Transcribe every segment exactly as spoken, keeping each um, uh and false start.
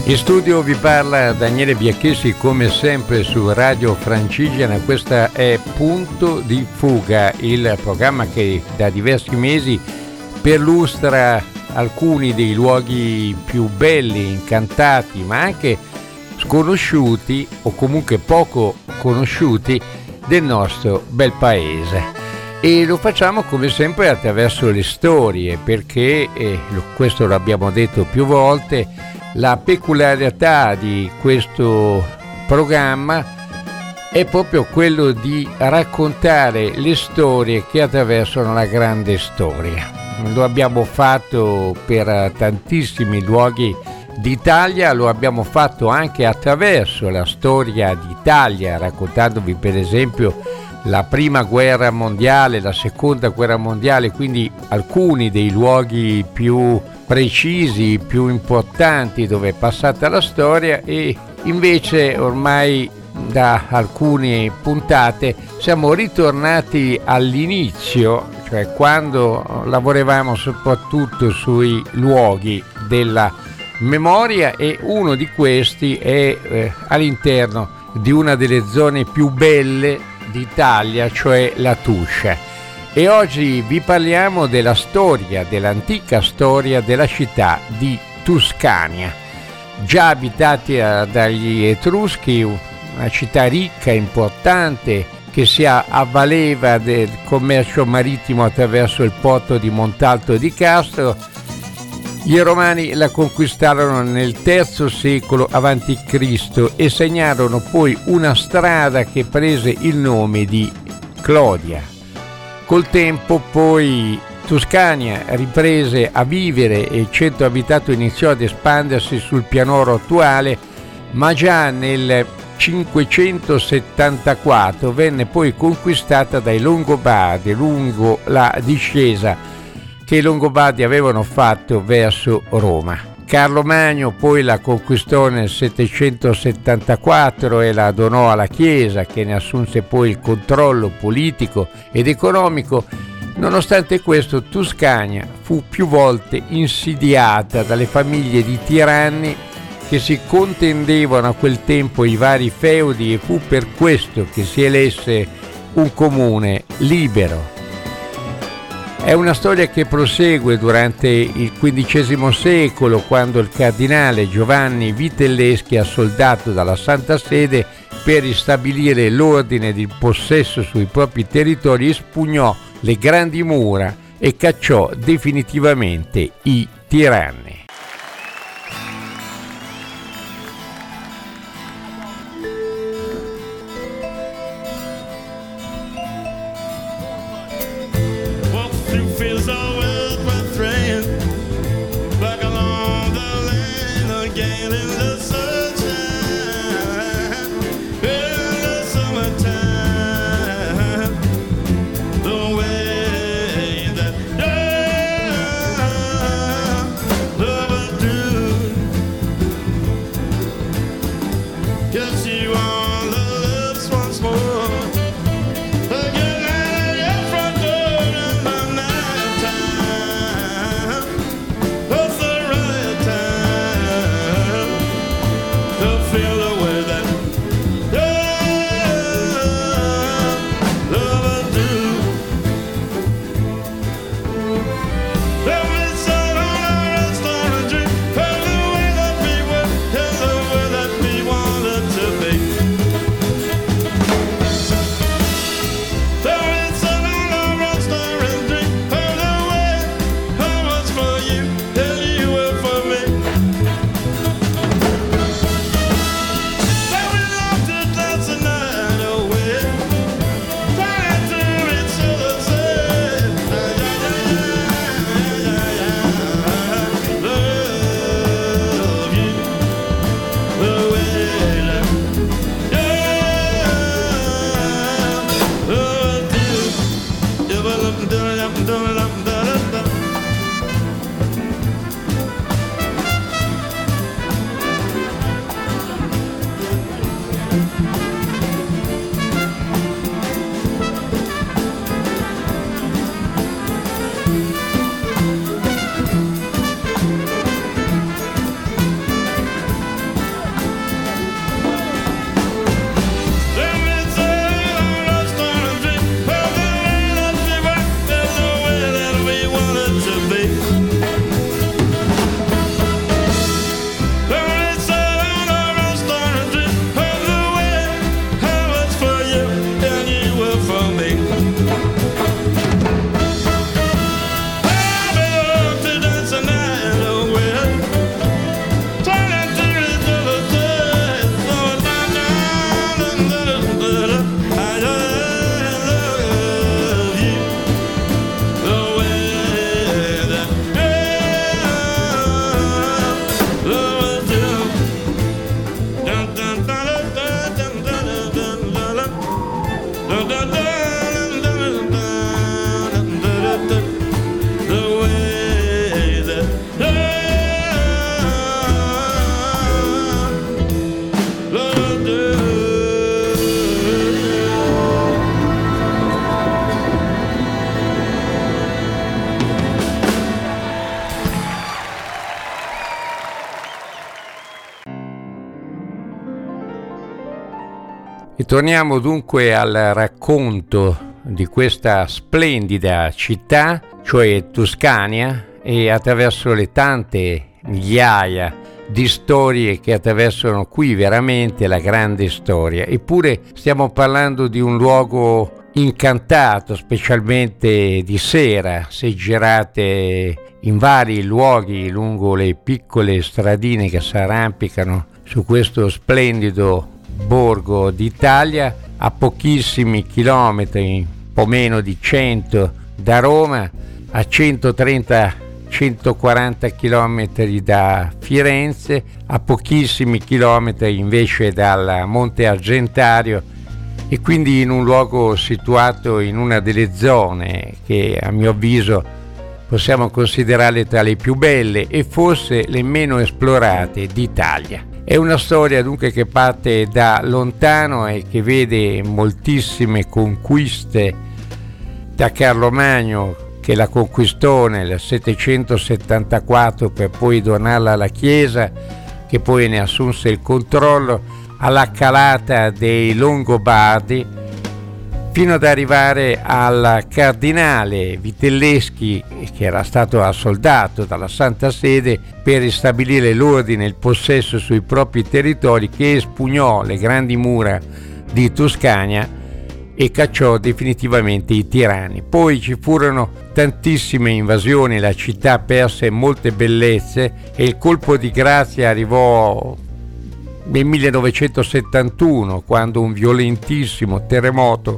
In studio vi parla Daniele Biacchessi, come sempre su Radio Francigena. Questa è Punto di Fuga, il programma che da diversi mesi perlustra alcuni dei luoghi più belli, incantati, ma anche sconosciuti o comunque poco conosciuti del nostro bel paese. E lo facciamo come sempre attraverso le storie, perché, eh, questo lo abbiamo detto più volte, la peculiarità di questo programma è proprio quello di raccontare le storie che attraversano la grande storia. Lo abbiamo fatto per tantissimi luoghi d'Italia, lo abbiamo fatto anche attraverso la storia d'Italia, raccontandovi per esempio la prima guerra mondiale, la seconda guerra mondiale, quindi alcuni dei luoghi più precisi, più importanti dove è passata la storia, e invece ormai da alcune puntate siamo ritornati all'inizio, cioè quando lavoravamo soprattutto sui luoghi della memoria, e uno di questi è eh, all'interno di una delle zone più belle d'Italia, cioè la Tuscia. E oggi vi parliamo della storia, dell'antica storia della città di Tuscania, già abitata dagli Etruschi, una città ricca, importante, che si avvaleva del commercio marittimo attraverso il porto di Montalto di Castro. I Romani la conquistarono nel terzo secolo avanti Cristo e segnarono poi una strada che prese il nome di Clodia. Col tempo poi Tuscania riprese a vivere e il centro abitato iniziò ad espandersi sul pianoro attuale, ma già nel cinquecentosettantaquattro venne poi conquistata dai Longobardi lungo la discesa che i Longobardi avevano fatto verso Roma. Carlo Magno poi la conquistò nel settecentosettantaquattro e la donò alla Chiesa, che ne assunse poi il controllo politico ed economico. Nonostante questo, Tuscania fu più volte insidiata dalle famiglie di tiranni che si contendevano a quel tempo i vari feudi, e fu per questo che si elesse un comune libero. È una storia che prosegue durante il quindicesimo secolo, quando il cardinale Giovanni Vitelleschi, assoldato dalla Santa Sede per ristabilire l'ordine di possesso sui propri territori, espugnò le grandi mura e cacciò definitivamente i tiranni. The E torniamo dunque al racconto di questa splendida città, cioè Tuscania, e attraverso le tante migliaia di storie che attraversano qui veramente la grande storia. Eppure stiamo parlando di un luogo incantato, specialmente di sera, se girate in vari luoghi lungo le piccole stradine che si arrampicano su questo splendido borgo d'Italia, a pochissimi chilometri, un po' meno di cento da Roma, a centotrenta centoquaranta chilometri da Firenze, a pochissimi chilometri invece dal Monte Argentario, e quindi in un luogo situato in una delle zone che a mio avviso possiamo considerare tra le più belle e forse le meno esplorate d'Italia. È una storia dunque che parte da lontano e che vede moltissime conquiste, da Carlo Magno, che la conquistò nel settecentosettantaquattro per poi donarla alla Chiesa, che poi ne assunse il controllo, alla calata dei Longobardi, fino ad arrivare al cardinale Vitelleschi, che era stato assoldato dalla Santa Sede per ristabilire l'ordine e il possesso sui propri territori, che espugnò le grandi mura di Tuscania e cacciò definitivamente i tiranni. Poi ci furono tantissime invasioni, la città perse molte bellezze e il colpo di grazia arrivò nel millenovecentosettantuno, quando un violentissimo terremoto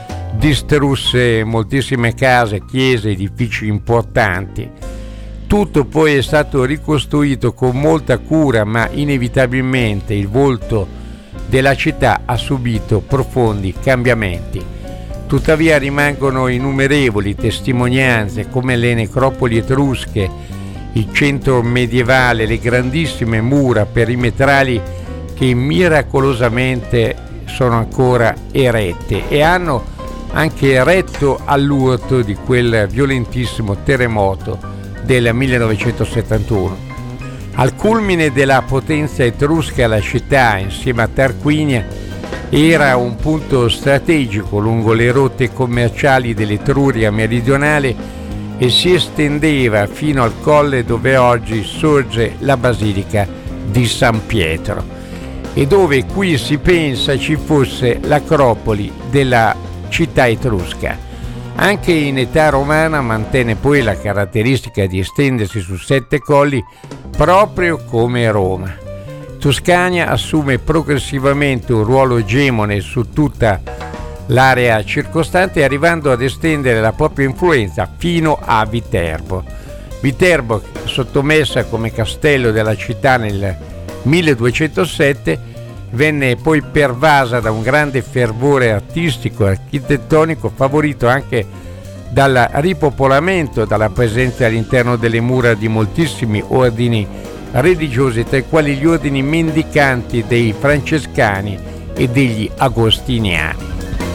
distrusse moltissime case, chiese, edifici importanti. Tutto poi è stato ricostruito con molta cura, ma inevitabilmente il volto della città ha subito profondi cambiamenti. Tuttavia rimangono innumerevoli testimonianze, come le necropoli etrusche, il centro medievale, le grandissime mura perimetrali che miracolosamente sono ancora erette e hanno anche retto all'urto di quel violentissimo terremoto del millenovecentosettantuno. Al culmine della potenza etrusca, la città, insieme a Tarquinia, era un punto strategico lungo le rotte commerciali dell'Etruria meridionale e si estendeva fino al colle dove oggi sorge la Basilica di San Pietro, e dove qui si pensa ci fosse l'acropoli della città etrusca. Anche in età romana mantenne poi la caratteristica di estendersi su sette colli, proprio come Roma. Tuscania assume progressivamente un ruolo egemone su tutta l'area circostante, arrivando ad estendere la propria influenza fino a Viterbo. Viterbo, sottomessa come castello della città nel milleduecentosette, venne poi pervasa da un grande fervore artistico e architettonico, favorito anche dal ripopolamento, dalla presenza all'interno delle mura di moltissimi ordini religiosi, tra i quali gli ordini mendicanti dei francescani e degli agostiniani.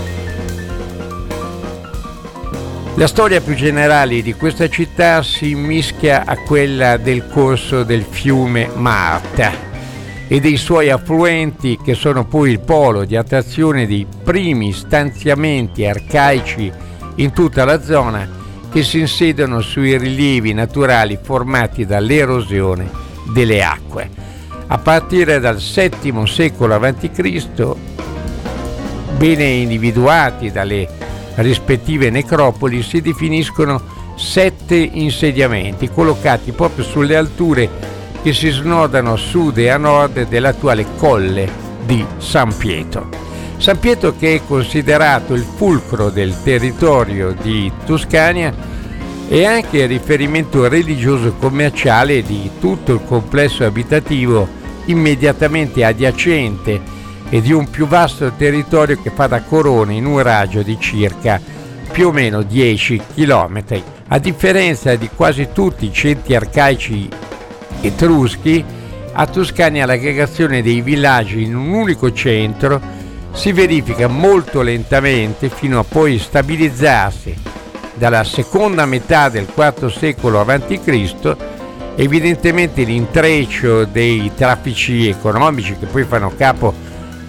La storia più generale di questa città si mischia a quella del corso del fiume Marta e dei suoi affluenti, che sono poi il polo di attrazione dei primi stanziamenti arcaici in tutta la zona, che si insediano sui rilievi naturali formati dall'erosione delle acque. A partire dal settimo secolo avanti Cristo, bene individuati dalle rispettive necropoli, si definiscono sette insediamenti collocati proprio sulle alture che si snodano a sud e a nord dell'attuale colle di San Pietro. San Pietro, che è considerato il fulcro del territorio di Tuscania, è anche riferimento religioso e commerciale di tutto il complesso abitativo immediatamente adiacente e di un più vasto territorio che fa da corona in un raggio di circa più o meno dieci chilometri. A differenza di quasi tutti i centri arcaici etruschi, a Tuscania l'aggregazione dei villaggi in un unico centro si verifica molto lentamente, fino a poi stabilizzarsi dalla seconda metà del quarto secolo avanti Cristo. Evidentemente l'intreccio dei traffici economici, che poi fanno capo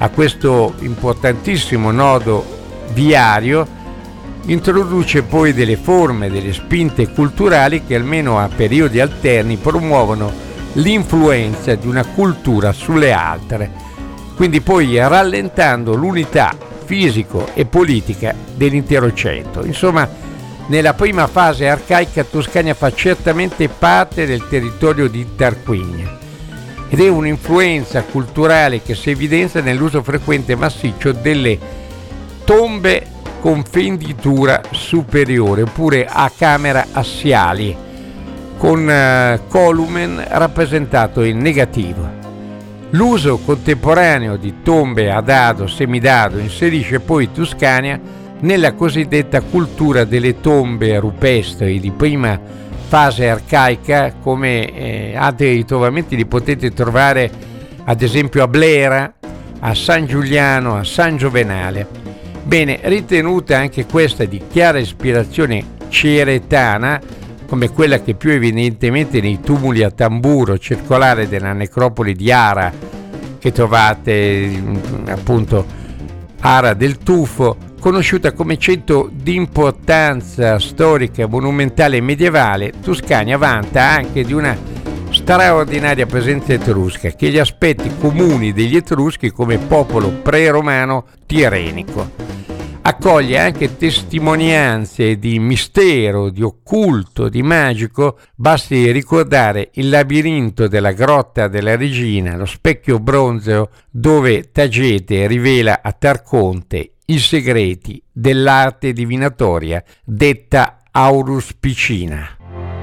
a questo importantissimo nodo viario, introduce poi delle forme, delle spinte culturali che almeno a periodi alterni promuovono l'influenza di una cultura sulle altre, quindi poi rallentando l'unità fisico e politica dell'intero centro. Insomma, nella prima fase arcaica Toscana fa certamente parte del territorio di Tarquinia ed è un'influenza culturale che si evidenzia nell'uso frequente e massiccio delle tombe con fenditura superiore oppure a camera assiali con uh, columen rappresentato in negativo. L'uso contemporaneo di tombe a dado, semidado inserisce poi Tuscania nella cosiddetta cultura delle tombe rupestri di prima fase arcaica, come eh, altri ritrovamenti li potete trovare ad esempio a Blera, a San Giuliano, a San Giovenale. Bene, ritenuta anche questa di chiara ispirazione ceretana, come quella che più evidentemente nei tumuli a tamburo circolare della necropoli di Ara, che trovate appunto Ara del Tufo, conosciuta come centro di importanza storica, monumentale e medievale, Tuscania vanta anche di una straordinaria presenza etrusca, che gli aspetti comuni degli Etruschi come popolo pre-romano tirrenico. Accoglie anche testimonianze di mistero, di occulto, di magico. Basti ricordare il labirinto della grotta della regina, lo specchio bronzeo dove Tagete rivela a Tarconte i segreti dell'arte divinatoria detta auruspicina.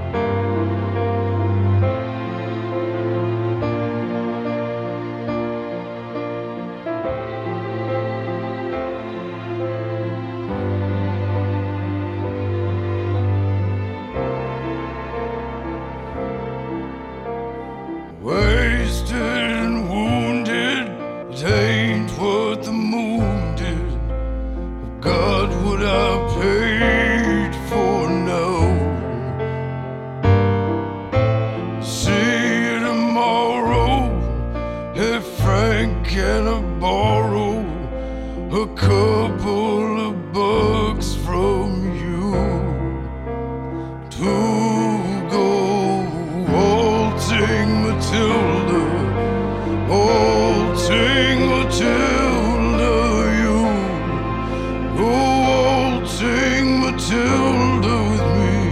Wasted and wounded, it ain't what the moon did. God, what I paid for now. See you tomorrow. Hey Frank, can I borrow a couple of bucks from you to go waltzing Matilda, waltzing Matilda, you go waltzing Matilda with me.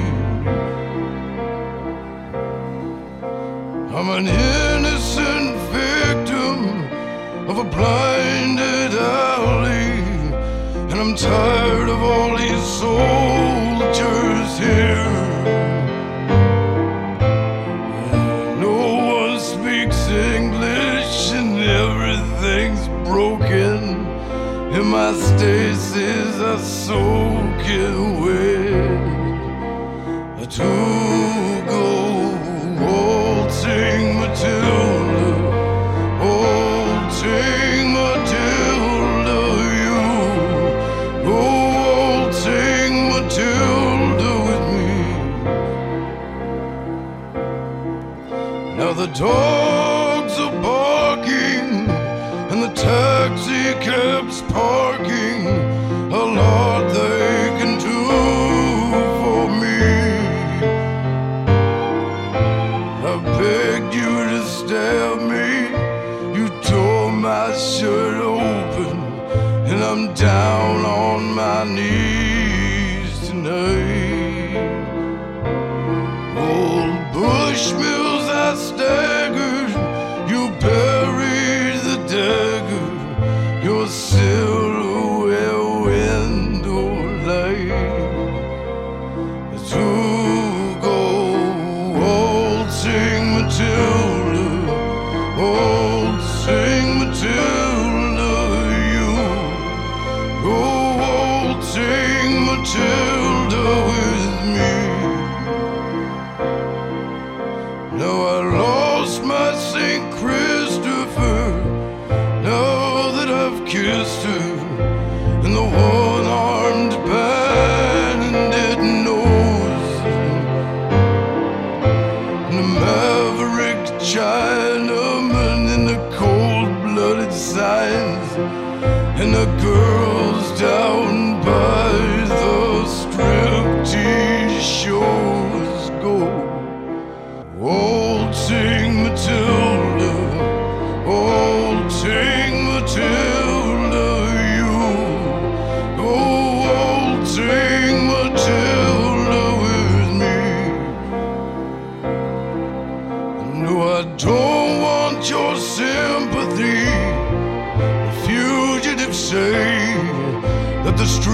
I'm an innocent victim of a blinded alley, and I'm tired of all these soldiers here. English and everything's broken, and my stasis are soaking wet. To go waltzing Matilda, waltzing Matilda, you go waltzing Matilda with me. Now the dogs are barking and the taxi cab's parking. A lot they can do for me. I begged you to stab me, you tore my shirt open, and I'm down on my knees tonight. Old Bushmills, I staggered, you buried the dagger, your silhouette window light. To go waltzing Matilda, waltzing Matilda, you go waltzing Matilda with me. Now I lost my Saint Christopher, now that I've kissed her, and the one-armed bandit knows, and the maverick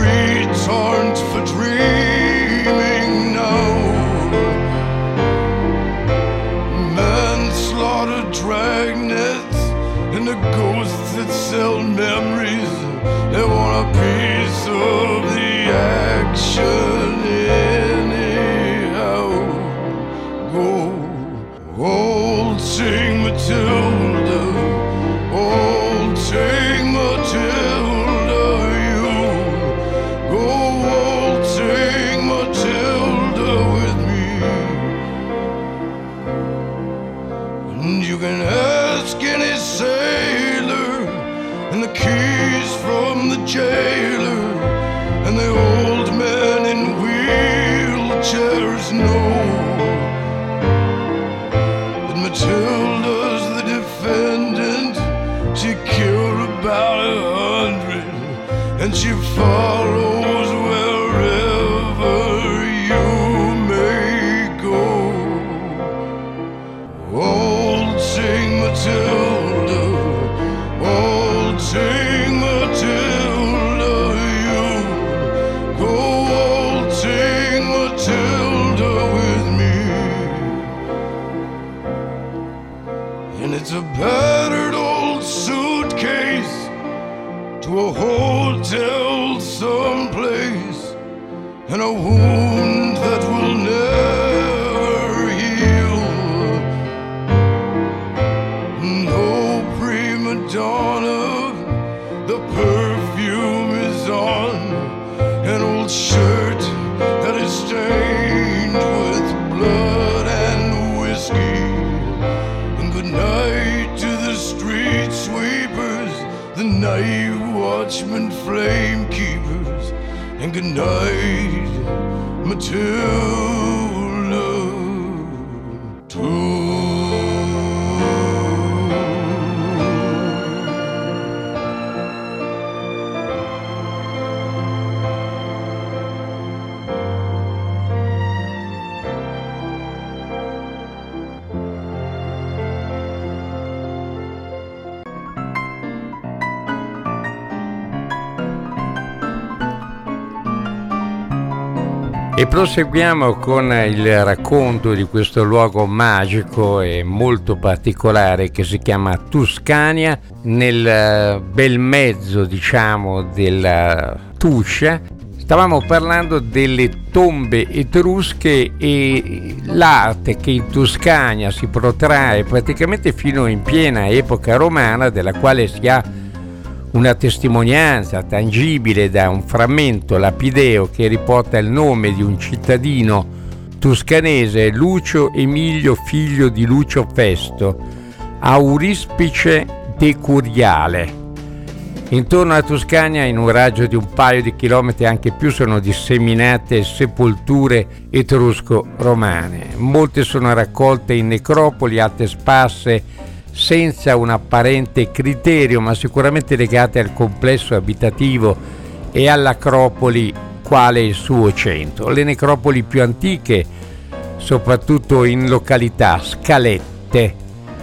streets aren't for dreaming now. Manslaughter, dragnets, and the ghosts that sell memories. They want a piece of the action anyhow. Go, old Saint Matilda, old Saint Matilda, you. Go, old Saint Matilda, with me. And you can ask any sailor, and the keys from the jailer, and the old men in wheelchairs know that Matilda's the defendant. She killed about a hundred, and she follows wherever you may go. Old Saint Matilda, old Saint Matilda, you. Go, old Saint Matilda, with me. And it's a battered old suitcase to a hotel someplace, and a wound that will never heal. No prima donna, the perfume is on an old shirt that is stained with blood and whiskey. And good night to the street sweepers, the night watchmen, flame keepers, and good night, Matilda, too. E proseguiamo con il racconto di questo luogo magico e molto particolare che si chiama Tuscania, nel bel mezzo, diciamo, della Tuscia. Stavamo parlando delle tombe etrusche e l'arte che in Toscana si protrae praticamente fino in piena epoca romana, della quale si ha una testimonianza tangibile da un frammento lapideo che riporta il nome di un cittadino toscanese, Lucio Emilio, figlio di Lucio Festo, aurispice decuriale. Intorno a Tuscania, in un raggio di un paio di chilometri anche più, sono disseminate sepolture etrusco-romane. Molte sono raccolte in necropoli, altre sparse senza un apparente criterio, ma sicuramente legate al complesso abitativo e all'acropoli quale il suo centro. Le necropoli più antiche, soprattutto in località scalette,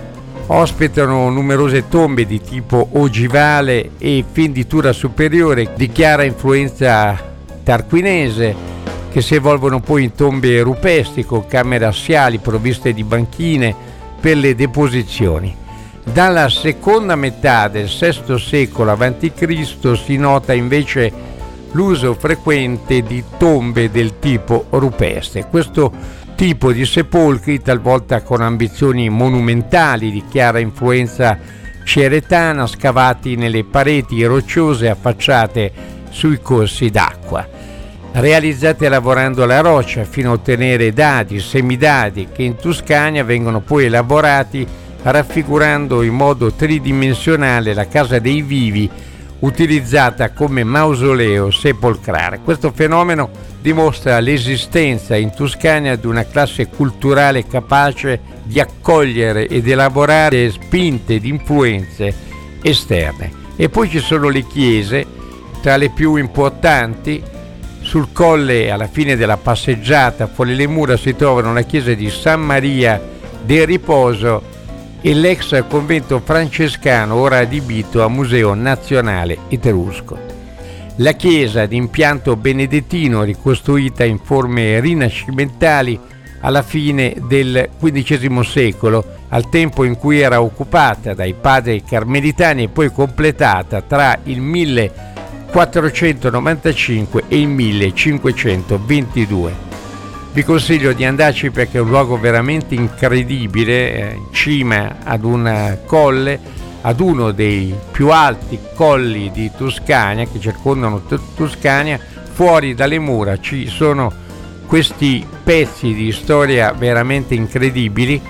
ospitano numerose tombe di tipo ogivale e fenditura superiore di chiara influenza tarquinese, che si evolvono poi in tombe rupestri con camere assiali provviste di banchine per le deposizioni. Dalla seconda metà del sesto secolo avanti Cristo si nota invece l'uso frequente di tombe del tipo rupestre. Questo tipo di sepolcri, talvolta con ambizioni monumentali di chiara influenza ceretana, scavati nelle pareti rocciose affacciate sui corsi d'acqua, realizzate lavorando la roccia fino a ottenere dadi, semidadi, che in Tuscania vengono poi elaborati raffigurando in modo tridimensionale la casa dei vivi utilizzata come mausoleo sepolcrale. Questo fenomeno dimostra l'esistenza in Tuscania di una classe culturale capace di accogliere ed elaborare spinte di influenze esterne. E poi ci sono le chiese, tra le più importanti. Sul colle, alla fine della passeggiata fuori le mura, si trovano la chiesa di San Maria del Riposo e l'ex convento francescano, ora adibito a Museo Nazionale Etrusco. La chiesa di impianto benedettino ricostruita in forme rinascimentali alla fine del quindicesimo secolo, al tempo in cui era occupata dai padri carmelitani e poi completata tra il millequattrocentonovantacinque e il millecinquecentoventidue. Vi consiglio di andarci perché è un luogo veramente incredibile, eh, in cima ad un colle, ad uno dei più alti colli di Toscana che circondano Toscana. Fuori dalle mura ci sono questi pezzi di storia veramente incredibili.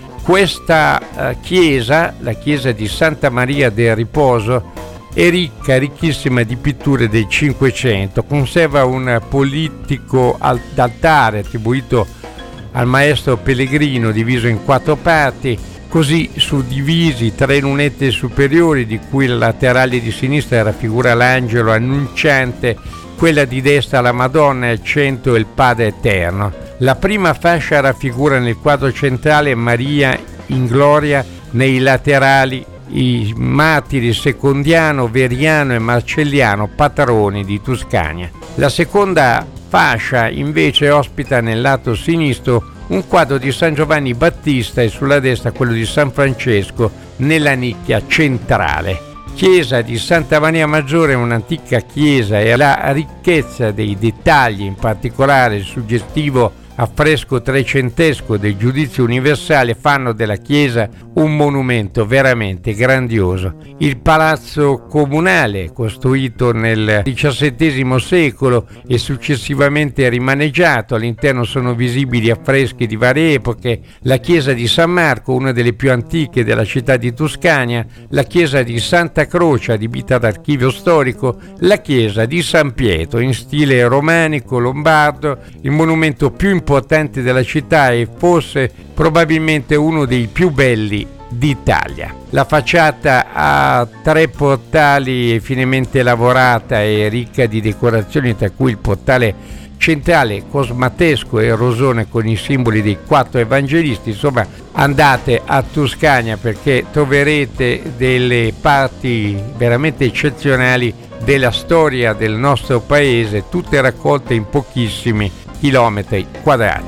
Questa eh, chiesa, la chiesa di Santa Maria del Riposo, è ricca, ricchissima di pitture del Cinquecento, conserva un politico d'altare attribuito al maestro Pellegrino diviso in quattro parti, così suddivisi tre lunette superiori, di cui la laterale di sinistra raffigura l'angelo annunciante, quella di destra la Madonna e al centro il Padre Eterno. La prima fascia raffigura nel quadro centrale Maria in gloria, nei laterali i martiri Secondiano, Veriano e Marcelliano, patroni di Tuscania. La seconda fascia invece ospita nel lato sinistro un quadro di San Giovanni Battista e sulla destra quello di San Francesco nella nicchia centrale. Chiesa di Santa Maria Maggiore è un'antica chiesa e la ricchezza dei dettagli, in particolare il suggestivo affresco trecentesco del Giudizio Universale, fanno della chiesa un monumento veramente grandioso. Il palazzo comunale, costruito nel diciassettesimo secolo e successivamente rimaneggiato, all'interno sono visibili affreschi di varie epoche, la chiesa di San Marco, una delle più antiche della città di Toscana, la chiesa di Santa Croce, adibita ad archivio storico, la chiesa di San Pietro in stile romanico lombardo, il monumento più importante importante della città e forse probabilmente uno dei più belli d'Italia. La facciata ha tre portali finemente lavorata e ricca di decorazioni, tra cui il portale centrale cosmatesco e rosone con i simboli dei quattro evangelisti. Insomma, andate a Toscana perché troverete delle parti veramente eccezionali della storia del nostro paese, tutte raccolte in pochissimi chilometri quadrati.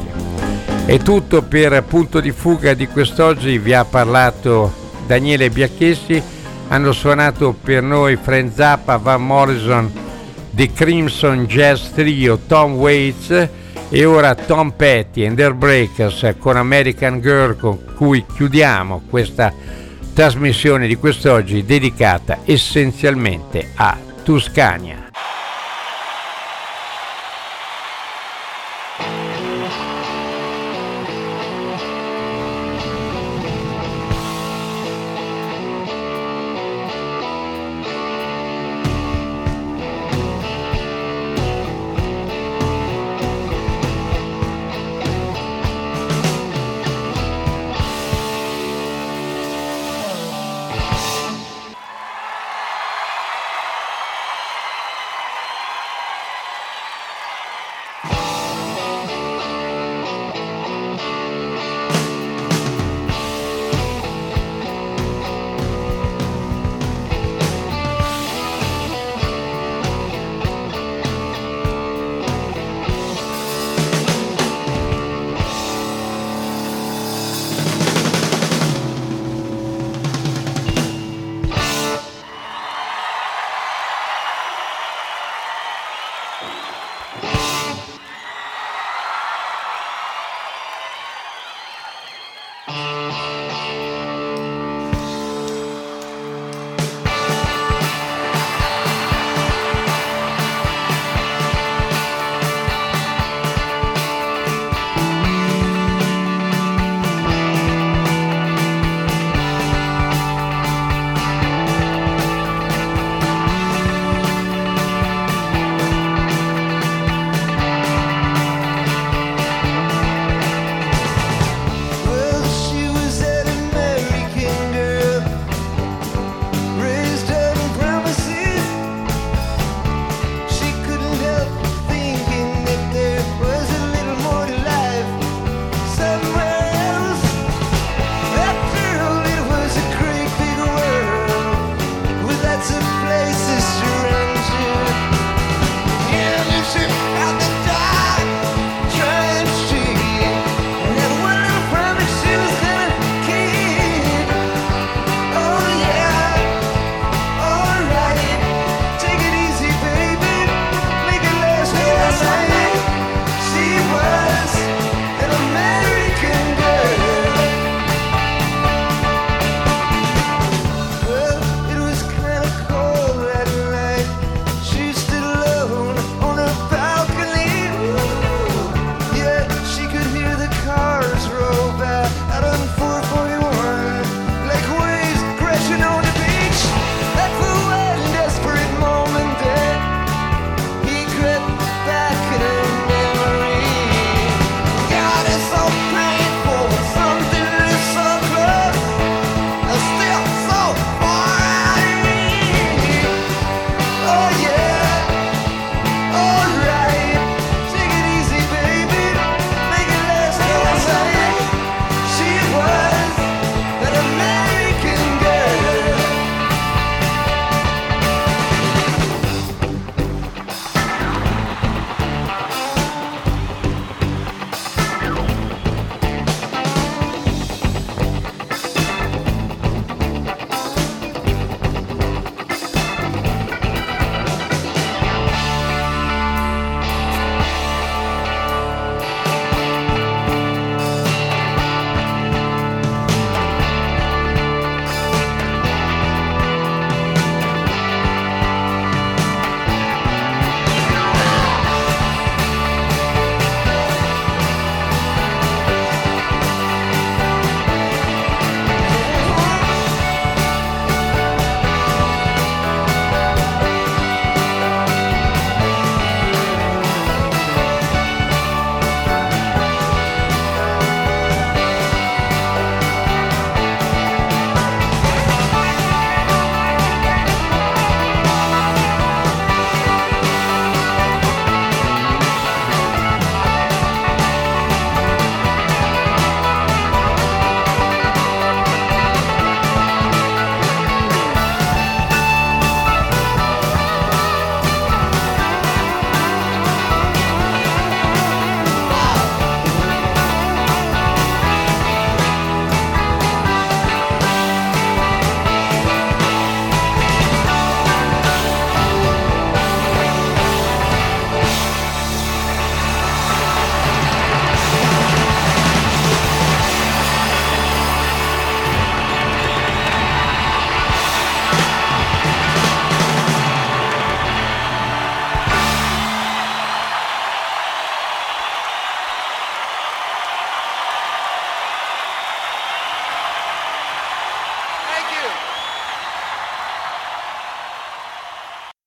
È tutto per Punto di Fuga di quest'oggi. Vi ha parlato Daniele Biacchessi. Hanno suonato per noi Frank Zappa, Van Morrison, The Crimson Jazz Trio, Tom Waits e ora Tom Petty and the Breakers con American Girl, con cui chiudiamo questa trasmissione di quest'oggi dedicata essenzialmente a Toscana.